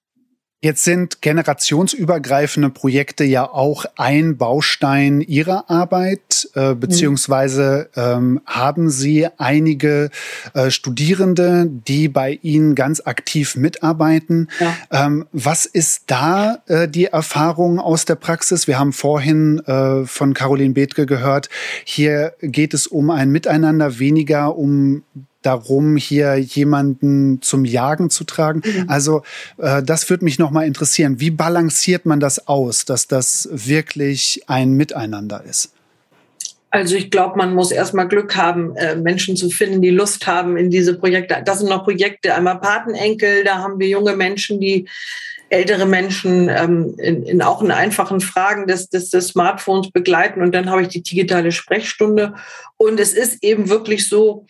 Jetzt sind generationsübergreifende Projekte ja auch ein Baustein Ihrer Arbeit, äh, beziehungsweise ähm, haben Sie einige äh, Studierende, die bei Ihnen ganz aktiv mitarbeiten. Ja. Ähm, was ist da äh, die Erfahrung aus der Praxis? Wir haben vorhin äh, von Caroline Bethke gehört, hier geht es um ein Miteinander, weniger um darum, hier jemanden zum Jagen zu tragen. Mhm. Also äh, das würde mich noch mal interessieren. Wie balanciert man das aus, dass das wirklich ein Miteinander ist? Also ich glaube, man muss erstmal Glück haben, äh, Menschen zu finden, die Lust haben in diese Projekte. Das sind noch Projekte, einmal Patenenkel, da haben wir junge Menschen, die ältere Menschen ähm, in, in auch in einfachen Fragen des, des, des Smartphones begleiten. Und dann habe ich die digitale Sprechstunde. Und es ist eben wirklich so,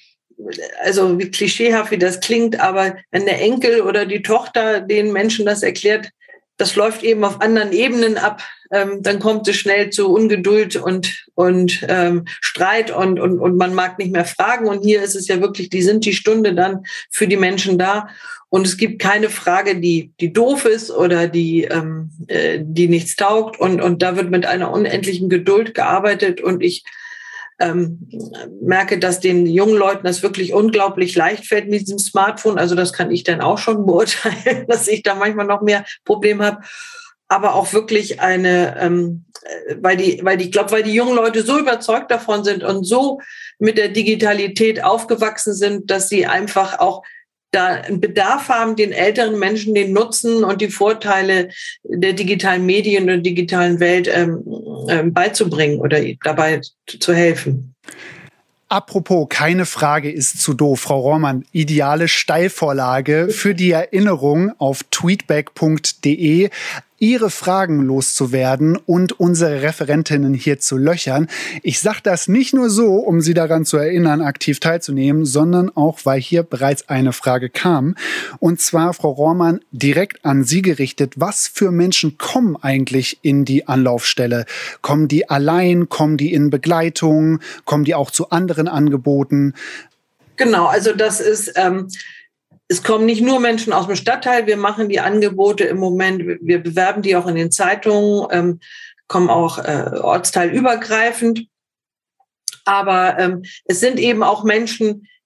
also wie klischeehaft wie das klingt, aber wenn der Enkel oder die Tochter den Menschen das erklärt, das läuft eben auf anderen Ebenen ab, ähm, dann kommt es schnell zu Ungeduld und, und ähm, Streit und, und, und man mag nicht mehr fragen. Und hier ist es ja wirklich, die sind die Stunde dann für die Menschen da. Und es gibt keine Frage, die, die doof ist oder die, ähm, äh, die nichts taugt. Und, und da wird mit einer unendlichen Geduld gearbeitet. Und ich Ähm, merke, dass den jungen Leuten das wirklich unglaublich leicht fällt mit diesem Smartphone. Also das kann ich dann auch schon beurteilen, dass ich da manchmal noch mehr Probleme habe. Aber auch wirklich eine, ähm, weil die, weil die, ich glaube, weil die jungen Leute so überzeugt davon sind und so mit der Digitalität aufgewachsen sind, dass sie einfach auch da einen Bedarf haben, den älteren Menschen den Nutzen und die Vorteile der digitalen Medien und der digitalen Welt ähm, ähm, beizubringen oder dabei zu helfen. Apropos, keine Frage ist zu doof. Frau Rohrmann, ideale Steilvorlage für die Erinnerung auf tweetback punkt de. Ihre Fragen loszuwerden und unsere Referentinnen hier zu löchern. Ich sage das nicht nur so, um Sie daran zu erinnern, aktiv teilzunehmen, sondern auch, weil hier bereits eine Frage kam. Und zwar, Frau Rohrmann, direkt an Sie gerichtet. Was für Menschen kommen eigentlich in die Anlaufstelle? Kommen die allein? Kommen die in Begleitung? Kommen die auch zu anderen Angeboten? Genau, also das ist... Ähm Es kommen nicht nur Menschen aus dem Stadtteil, wir machen die Angebote im Moment, wir bewerben die auch in den Zeitungen, ähm, kommen auch äh, ortsteilübergreifend. Aber ähm, es sind eben auch Menschen,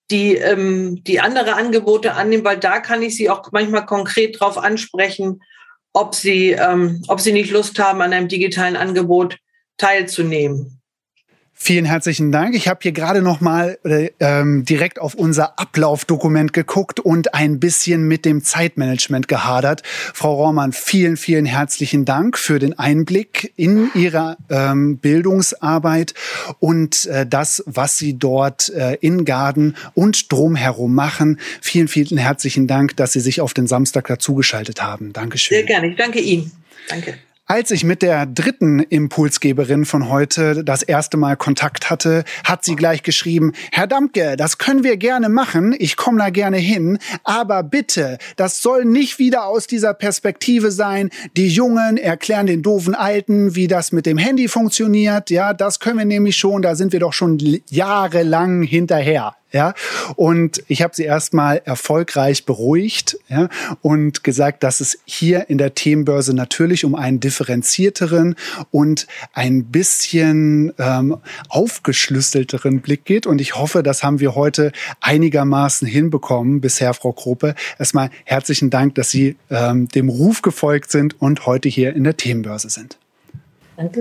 die, ähm, die andere Angebote annehmen, weil da kann ich sie auch manchmal konkret drauf ansprechen, ob sie, ähm, ob sie nicht Lust haben, an einem digitalen Angebot teilzunehmen. Vielen herzlichen Dank. Ich habe hier gerade noch mal äh, ähm, direkt auf unser Ablaufdokument geguckt und ein bisschen mit dem Zeitmanagement gehadert. Frau Rohrmann, vielen, vielen herzlichen Dank für den Einblick in Ihre ähm, Bildungsarbeit und äh, das, was Sie dort äh, in Gaden und drumherum machen. Vielen, vielen herzlichen Dank, dass Sie sich auf den Samstag dazugeschaltet haben. Dankeschön. Sehr gerne. Ich danke Ihnen. Danke. Als ich mit der dritten Impulsgeberin von heute das erste Mal Kontakt hatte, hat sie gleich geschrieben, Herr Dampke, das können wir gerne machen, ich komme da gerne hin, aber bitte, das soll nicht wieder aus dieser Perspektive sein, die Jungen erklären den doofen Alten, wie das mit dem Handy funktioniert, ja, das können wir nämlich schon, da sind wir doch schon jahrelang hinterher. Ja, und ich habe sie erstmal erfolgreich beruhigt, ja, und gesagt, dass es hier in der Themenbörse natürlich um einen differenzierteren und ein bisschen ähm, aufgeschlüsselteren Blick geht. Und ich hoffe, das haben wir heute einigermaßen hinbekommen bisher, Frau Krope. Erstmal herzlichen Dank, dass Sie ähm, dem Ruf gefolgt sind und heute hier in der Themenbörse sind. Danke.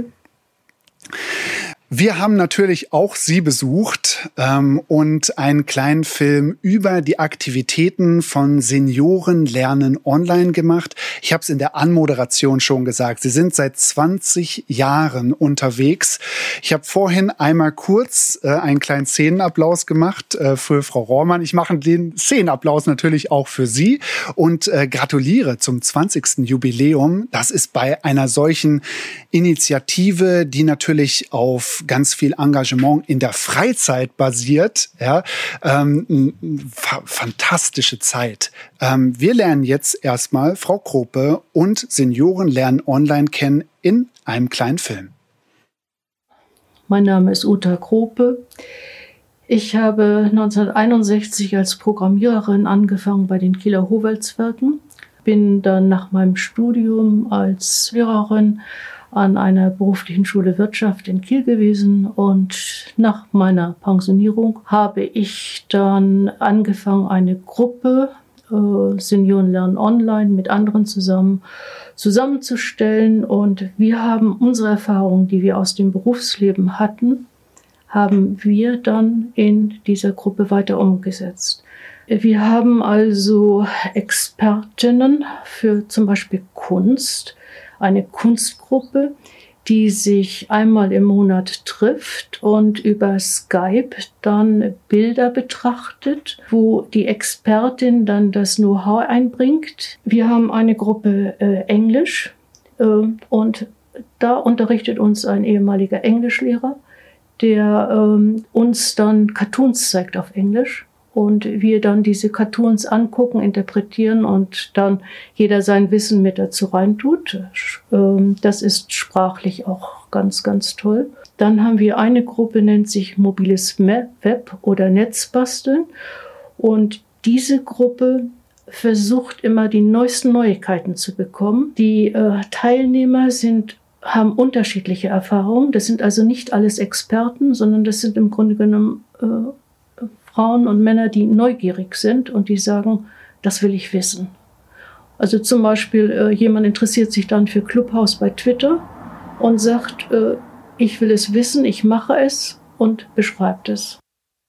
Wir haben natürlich auch Sie besucht ähm, und einen kleinen Film über die Aktivitäten von Senioren lernen online gemacht. Ich habe es in der Anmoderation schon gesagt. Sie sind seit zwanzig Jahren unterwegs. Ich habe vorhin einmal kurz äh, einen kleinen Szenenapplaus gemacht äh, für Frau Rohrmann. Ich mache den Szenenapplaus natürlich auch für Sie und äh, gratuliere zum zwanzigsten Jubiläum. Das ist bei einer solchen Initiative, die natürlich auf ganz viel Engagement in der Freizeit basiert, ja, ähm, fa- fantastische Zeit. Ähm, wir lernen jetzt erstmal Frau Krope und Senioren lernen online kennen in einem kleinen Film. Mein Name ist Uta Krope. Ich habe neunzehnhunderteinundsechzig als Programmiererin angefangen bei den Kieler Howaldswerken, bin dann nach meinem Studium als Lehrerin an einer beruflichen Schule Wirtschaft in Kiel gewesen und nach meiner Pensionierung habe ich dann angefangen, eine Gruppe äh, Senioren lernen online mit anderen zusammen zusammenzustellen und wir haben unsere Erfahrungen, die wir aus dem Berufsleben hatten, haben wir dann in dieser Gruppe weiter umgesetzt. Wir haben also Expertinnen für zum Beispiel Kunst, eine Kunstgruppe, die sich einmal im Monat trifft und über Skype dann Bilder betrachtet, wo die Expertin dann das Know-how einbringt. Wir haben eine Gruppe äh, Englisch äh, und da unterrichtet uns ein ehemaliger Englischlehrer, der äh, uns dann Cartoons zeigt auf Englisch. Und wir dann diese Cartoons angucken, interpretieren und dann jeder sein Wissen mit dazu reintut. Das ist sprachlich auch ganz, ganz toll. Dann haben wir eine Gruppe, nennt sich Mobiles Web oder Netzbasteln. Und diese Gruppe versucht immer die neuesten Neuigkeiten zu bekommen. Die äh, Teilnehmer sind haben unterschiedliche Erfahrungen. Das sind also nicht alles Experten, sondern das sind im Grunde genommen äh, Frauen und Männer, die neugierig sind und die sagen, das will ich wissen. Also zum Beispiel, äh, jemand interessiert sich dann für Clubhouse bei Twitter und sagt, äh, ich will es wissen, ich mache es und beschreibt es.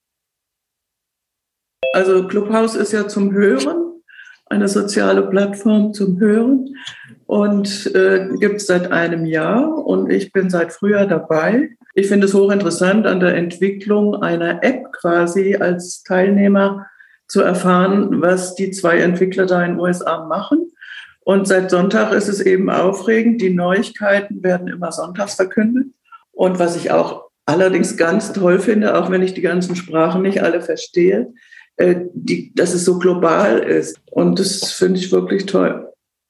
Also Clubhouse ist ja zum Hören, eine soziale Plattform zum Hören und äh, gibt es seit einem Jahr und ich bin seit Frühjahr dabei. Ich finde es hochinteressant, an der Entwicklung einer App quasi als Teilnehmer zu erfahren, was die zwei Entwickler da in den U S A machen. Und seit Sonntag ist es eben aufregend. Die Neuigkeiten werden immer sonntags verkündet. Und was ich auch allerdings ganz toll finde, auch wenn ich die ganzen Sprachen nicht alle verstehe, äh, die, dass es so global ist. Und das finde ich wirklich toll.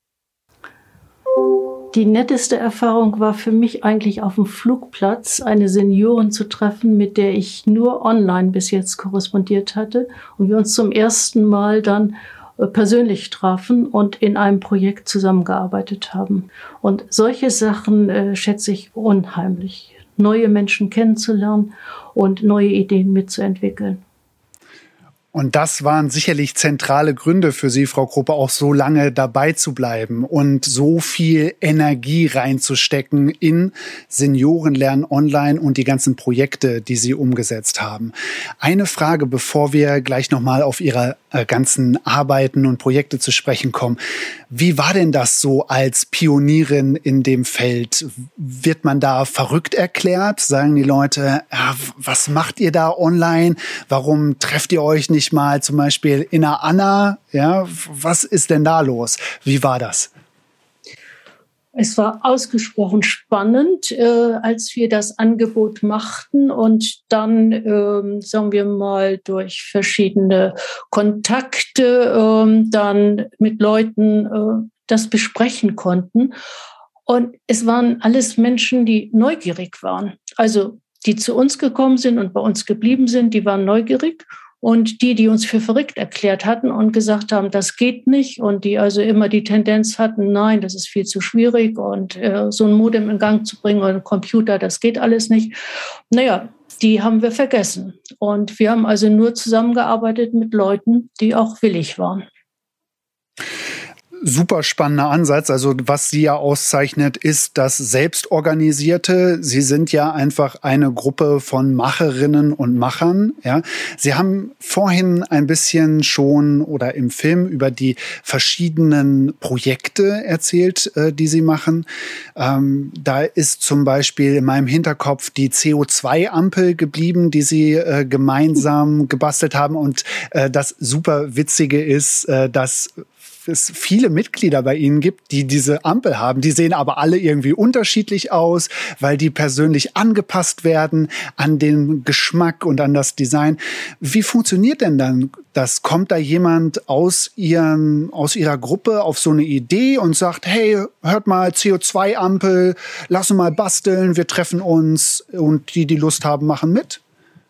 Die netteste Erfahrung war für mich eigentlich auf dem Flugplatz, eine Seniorin zu treffen, mit der ich nur online bis jetzt korrespondiert hatte und wir uns zum ersten Mal dann persönlich trafen und in einem Projekt zusammengearbeitet haben. Und solche Sachen äh, schätze ich unheimlich, neue Menschen kennenzulernen und neue Ideen mitzuentwickeln. Und das waren sicherlich zentrale Gründe für Sie, Frau Kruppe, auch so lange dabei zu bleiben und so viel Energie reinzustecken in Seniorenlernen online und die ganzen Projekte, die Sie umgesetzt haben. Eine Frage, bevor wir gleich nochmal auf Ihre äh, ganzen Arbeiten und Projekte zu sprechen kommen. Wie war denn das so als Pionierin in dem Feld? Wird man da verrückt erklärt? Sagen die Leute, ja, was macht ihr da online? Warum trefft ihr euch nicht mal zum Beispiel in der Anna? Ja, was ist denn da los? Wie war das? Es war ausgesprochen spannend, äh, als wir das Angebot machten und dann, ähm, sagen wir mal, durch verschiedene Kontakte ähm, dann mit Leuten äh, das besprechen konnten. Und es waren alles Menschen, die neugierig waren. Also die zu uns gekommen sind und bei uns geblieben sind, die waren neugierig. Und die, die uns für verrückt erklärt hatten und gesagt haben, das geht nicht, und die also immer die Tendenz hatten, nein, das ist viel zu schwierig und äh, so ein Modem in Gang zu bringen oder ein Computer, das geht alles nicht. Naja, die haben wir vergessen. Und wir haben also nur zusammengearbeitet mit Leuten, die auch willig waren. Super spannender Ansatz. Also was Sie ja auszeichnet, ist das Selbstorganisierte. Sie sind ja einfach eine Gruppe von Macherinnen und Machern. Ja, Sie haben vorhin ein bisschen schon oder im Film über die verschiedenen Projekte erzählt, äh, die Sie machen. Ähm, da ist zum Beispiel in meinem Hinterkopf die C O zwei Ampel geblieben, die Sie äh, gemeinsam gebastelt haben. Und äh, das super Witzige ist, äh, dass es viele Mitglieder bei Ihnen gibt, die diese Ampel haben. Die sehen aber alle irgendwie unterschiedlich aus, weil die persönlich angepasst werden an den Geschmack und an das Design. Wie funktioniert denn dann das? Kommt da jemand aus ihrem, aus Ihrer Gruppe auf so eine Idee und sagt, hey, hört mal, C O zwei Ampel, lass uns mal basteln, wir treffen uns, und die, die Lust haben, machen mit?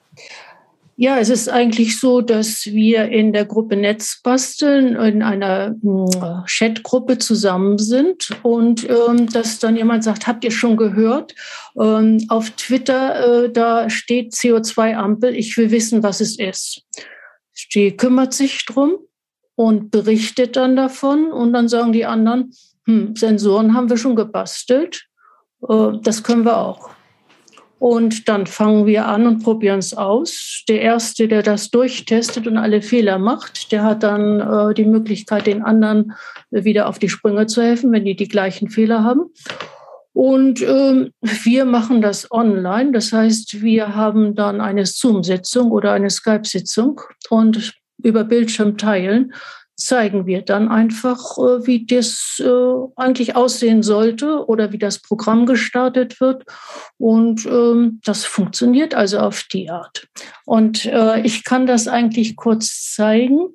Ja, es ist eigentlich so, dass wir in der Gruppe Netzbasteln in einer äh, Chatgruppe zusammen sind und ähm, dass dann jemand sagt, habt ihr schon gehört? Ähm, auf Twitter, äh, da steht C O zwei Ampel, ich will wissen, was es ist. Die kümmert sich drum und berichtet dann davon, und dann sagen die anderen, hm, Sensoren haben wir schon gebastelt, äh, das können wir auch. Und dann fangen wir an und probieren es aus. Der Erste, der das durchtestet und alle Fehler macht, der hat dann äh, die Möglichkeit, den anderen wieder auf die Sprünge zu helfen, wenn die die gleichen Fehler haben. Und ähm, wir machen das online. Das heißt, wir haben dann eine Zoom-Sitzung oder eine Skype-Sitzung, und über Bildschirm teilen zeigen wir dann einfach, wie das eigentlich aussehen sollte oder wie das Programm gestartet wird. Und das funktioniert also auf die Art. Und ich kann das eigentlich kurz zeigen.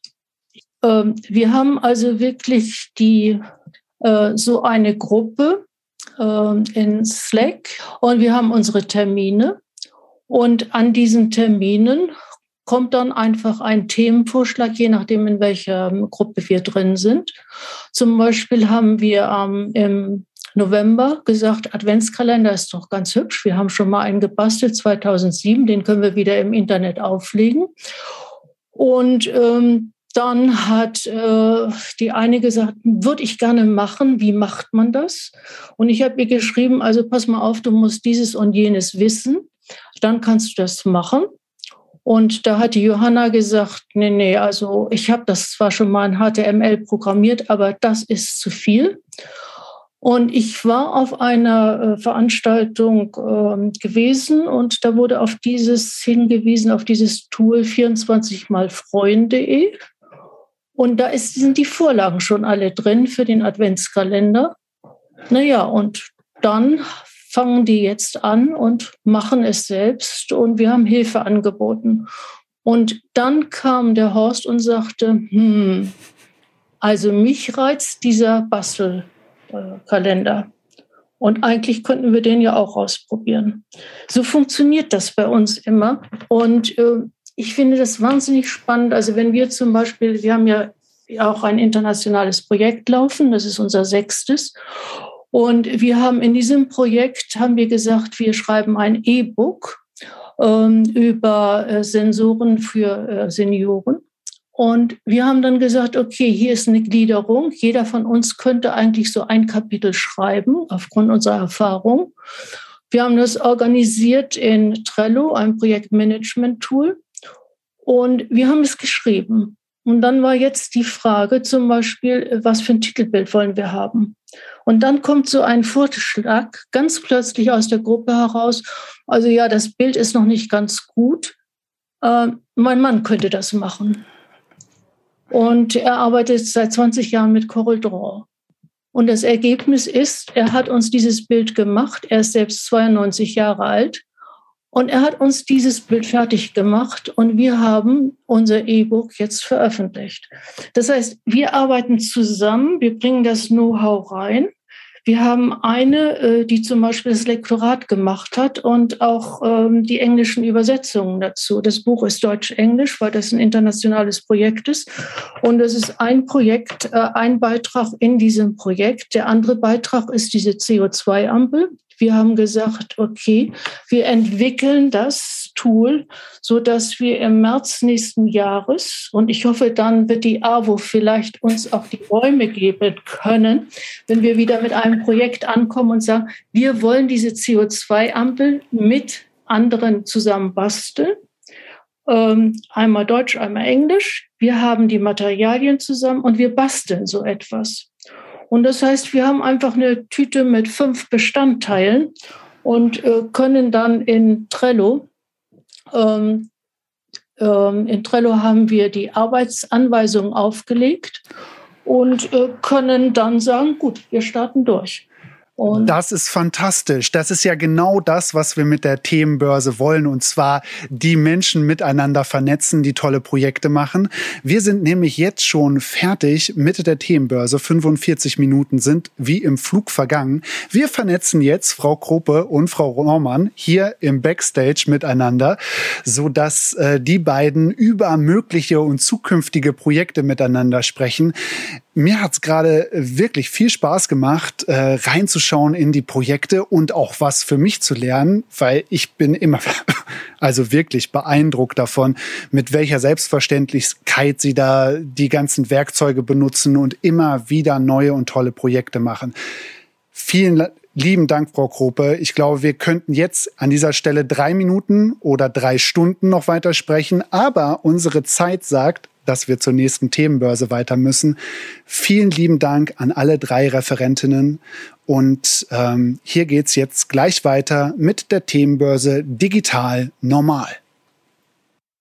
Wir haben also wirklich die, so eine Gruppe in Slack, und wir haben unsere Termine. Und an diesen Terminen kommt dann einfach ein Themenvorschlag, je nachdem, in welcher Gruppe wir drin sind. Zum Beispiel haben wir ähm, im November gesagt, Adventskalender ist doch ganz hübsch. Wir haben schon mal einen gebastelt, zweitausendsieben, den können wir wieder im Internet auflegen. Und ähm, dann hat äh, die eine gesagt, würde ich gerne machen, wie macht man das? Und ich habe ihr geschrieben, also pass mal auf, du musst dieses und jenes wissen, dann kannst du das machen. Und da hat die Johanna gesagt, nee, nee, also ich habe das zwar schon mal in H T M L programmiert, aber das ist zu viel. Und ich war auf einer äh, Veranstaltung äh, gewesen, und da wurde auf dieses hingewiesen, auf dieses Tool vierundzwanzig mal freuen punkt de. Und da ist, sind die Vorlagen schon alle drin für den Adventskalender. Naja, und dann fangen die jetzt an und machen es selbst, und wir haben Hilfe angeboten. Und dann kam der Horst und sagte, hm, also mich reizt dieser Bastelkalender. Und eigentlich könnten wir den ja auch ausprobieren. So funktioniert das bei uns immer. Und äh, ich finde das wahnsinnig spannend. Also wenn wir zum Beispiel, wir haben ja auch ein internationales Projekt laufen, das ist unser sechstes. Und wir haben in diesem Projekt, haben wir gesagt, wir schreiben ein E-Book, ähm, über äh, Sensoren für äh, Senioren. Und wir haben dann gesagt, okay, hier ist eine Gliederung. Jeder von uns könnte eigentlich so ein Kapitel schreiben, aufgrund unserer Erfahrung. Wir haben das organisiert in Trello, einem Projektmanagement-Tool. Und wir haben es geschrieben. Und dann war jetzt die Frage zum Beispiel, was für ein Titelbild wollen wir haben? Und dann kommt so ein Vorschlag ganz plötzlich aus der Gruppe heraus. Also ja, das Bild ist noch nicht ganz gut. Äh, mein Mann könnte das machen. Und er arbeitet seit zwanzig Jahren mit CorelDRAW. Und das Ergebnis ist, er hat uns dieses Bild gemacht. Er ist selbst zweiundneunzig Jahre alt. Und er hat uns dieses Bild fertig gemacht und wir haben unser E-Book jetzt veröffentlicht. Das heißt, wir arbeiten zusammen, wir bringen das Know-how rein. Wir haben eine, die zum Beispiel das Lektorat gemacht hat und auch die englischen Übersetzungen dazu. Das Buch ist Deutsch-Englisch, weil das ein internationales Projekt ist. Und es ist ein Projekt, ein Beitrag in diesem Projekt. Der andere Beitrag ist diese C O zwei Ampel. Wir haben gesagt, okay, wir entwickeln das Tool, so dass wir im März nächsten Jahres, und ich hoffe, dann wird die A W O vielleicht uns auch die Räume geben können, wenn wir wieder mit einem Projekt ankommen und sagen, wir wollen diese C O zwei Ampel mit anderen zusammen basteln. Ähm, einmal Deutsch, einmal Englisch. Wir haben die Materialien zusammen und wir basteln so etwas. Und das heißt, wir haben einfach eine Tüte mit fünf Bestandteilen und äh, können dann in Trello, ähm, ähm, in Trello haben wir die Arbeitsanweisungen aufgelegt und äh, können dann sagen, gut, wir starten durch. Und das ist fantastisch. Das ist ja genau das, was wir mit der Themenbörse wollen. Und zwar die Menschen miteinander vernetzen, die tolle Projekte machen. Wir sind nämlich jetzt schon fertig mit der Themenbörse. fünfundvierzig Minuten sind wie im Flug vergangen. Wir vernetzen jetzt Frau Krope und Frau Rohrmann hier im Backstage miteinander, sodass äh, die beiden über mögliche und zukünftige Projekte miteinander sprechen. Mir hat's gerade wirklich viel Spaß gemacht, äh, reinzuschauen in die Projekte und auch was für mich zu lernen, weil ich bin immer also wirklich beeindruckt davon, mit welcher Selbstverständlichkeit sie da die ganzen Werkzeuge benutzen und immer wieder neue und tolle Projekte machen. Vielen lieben Dank, Frau Krope. Ich glaube, wir könnten jetzt an dieser Stelle drei Minuten oder drei Stunden noch weiter sprechen, aber unsere Zeit sagt, dass wir zur nächsten Themenbörse weiter müssen. Vielen lieben Dank an alle drei Referentinnen. Und ähm, hier geht's jetzt gleich weiter mit der Themenbörse Digital Normal.